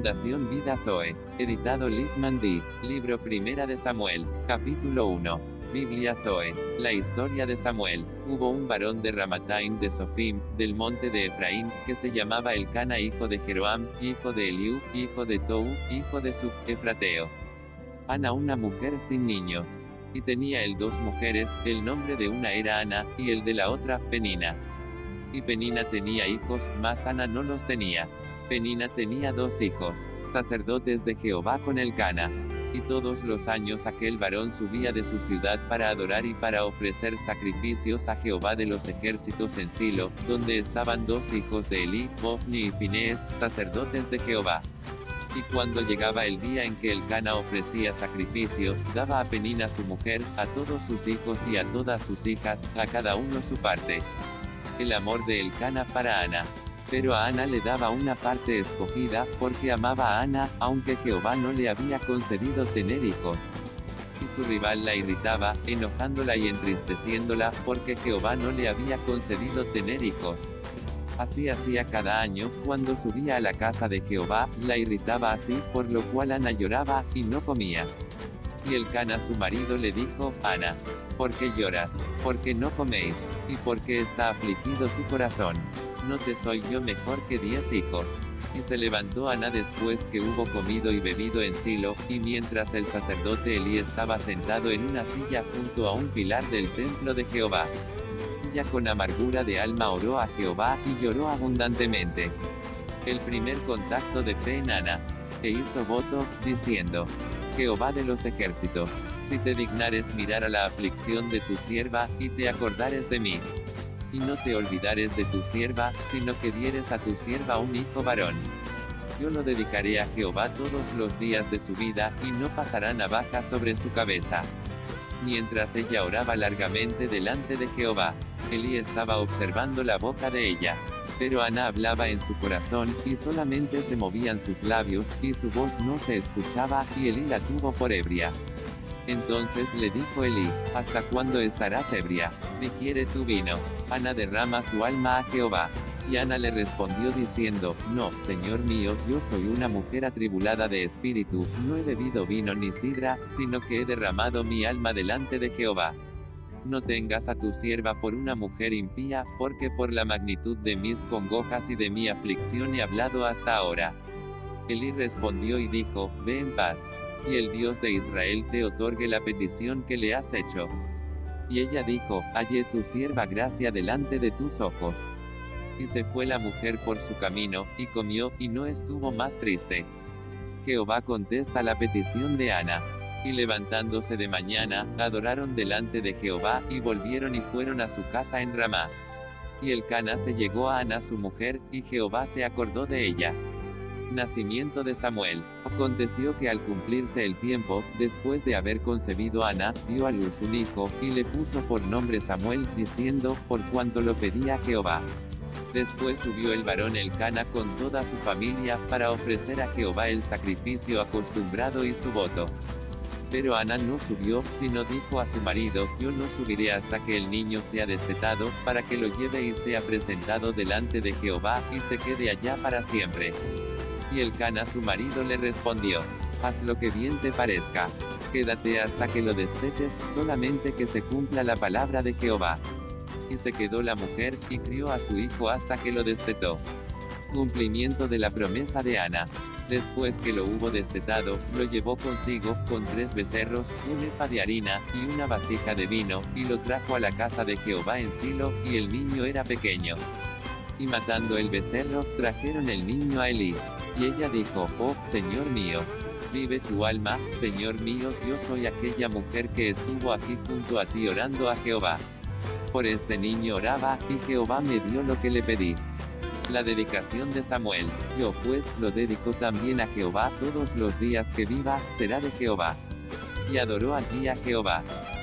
Fundación Vida Zoe. Editado Littman D. Libro Primera de Samuel. Capítulo 1. Biblia Zoe. La historia de Samuel. Hubo un varón de Ramataim de Sofim, del monte de Efraín, que se llamaba Elcana hijo de Jeroam, hijo de Eliú, hijo de Tou, hijo de Suf, Efrateo. Ana una mujer sin niños. Y tenía él dos mujeres, el nombre de una era Ana, y el de la otra, Penina. Y Penina tenía hijos, mas Ana no los tenía. Penina tenía dos hijos, sacerdotes de Jehová con Elcana. Y todos los años aquel varón subía de su ciudad para adorar y para ofrecer sacrificios a Jehová de los ejércitos en Silo, donde estaban dos hijos de Elí, Ofni y Finees, sacerdotes de Jehová. Y cuando llegaba el día en que Elcana ofrecía sacrificio, daba a Penina su mujer, a todos sus hijos y a todas sus hijas, a cada uno su parte. El amor de Elcana para Ana. Pero a Ana le daba una parte escogida, porque amaba a Ana, aunque Jehová no le había concedido tener hijos. Y su rival la irritaba, enojándola y entristeciéndola, porque Jehová no le había concedido tener hijos. Así hacía cada año, cuando subía a la casa de Jehová, la irritaba así, por lo cual Ana lloraba, y no comía. Y Elcana su marido le dijo, Ana, ¿por qué lloras? ¿Por qué no coméis? ¿Y por qué está afligido tu corazón? ¿No te soy yo mejor que 10 hijos? Y se levantó Ana después que hubo comido y bebido en Silo, y mientras el sacerdote Elí estaba sentado en una silla junto a un pilar del templo de Jehová. Ella con amargura de alma oró a Jehová, y lloró abundantemente. El primer contacto de fe en Ana. E hizo voto, diciendo, Jehová de los ejércitos, si te dignares mirar a la aflicción de tu sierva, y te acordares de mí. Y no te olvidares de tu sierva, sino que dieres a tu sierva un hijo varón. Yo lo dedicaré a Jehová todos los días de su vida, y no pasará navaja sobre su cabeza. Mientras ella oraba largamente delante de Jehová, Elí estaba observando la boca de ella. Pero Ana hablaba en su corazón, y solamente se movían sus labios, y su voz no se escuchaba, y Elí la tuvo por ebria. Entonces le dijo Elí, ¿hasta cuándo estarás ebria? Digiere tu vino. Ana derrama su alma a Jehová. Y Ana le respondió diciendo, No, Señor mío, yo soy una mujer atribulada de espíritu, no he bebido vino ni sidra, sino que he derramado mi alma delante de Jehová. No tengas a tu sierva por una mujer impía, porque por la magnitud de mis congojas y de mi aflicción he hablado hasta ahora. Elí respondió y dijo, Ve en paz. Y el Dios de Israel te otorgue la petición que le has hecho. Y ella dijo, hallé tu sierva gracia delante de tus ojos. Y se fue la mujer por su camino, y comió, y no estuvo más triste. Jehová contesta la petición de Ana. Y levantándose de mañana, adoraron delante de Jehová, y volvieron y fueron a su casa en Ramá. Y Elcana se llegó a Ana su mujer, y Jehová se acordó de ella. Nacimiento de Samuel. Aconteció que al cumplirse el tiempo, después de haber concebido Ana, dio a luz un hijo, y le puso por nombre Samuel, diciendo, por cuanto lo pedía Jehová. Después subió el varón Elcana con toda su familia, para ofrecer a Jehová el sacrificio acostumbrado y su voto. Pero Ana no subió, sino dijo a su marido, yo no subiré hasta que el niño sea destetado, para que lo lleve y sea presentado delante de Jehová, y se quede allá para siempre. Y Elcana su marido le respondió, haz lo que bien te parezca. Quédate hasta que lo destetes, solamente que se cumpla la palabra de Jehová. Y se quedó la mujer, y crió a su hijo hasta que lo destetó. Cumplimiento de la promesa de Ana. Después que lo hubo destetado, lo llevó consigo, con 3 becerros, un efa de harina, y una vasija de vino, y lo trajo a la casa de Jehová en Silo, y el niño era pequeño. Y matando el becerro, trajeron el niño a Elí. Y ella dijo, oh, Señor mío, vive tu alma, Señor mío, yo soy aquella mujer que estuvo aquí junto a ti orando a Jehová. Por este niño oraba, y Jehová me dio lo que le pedí. La dedicación de Samuel. Yo pues, lo dedico también a Jehová, todos los días que viva, será de Jehová. Y adoró allí a Jehová.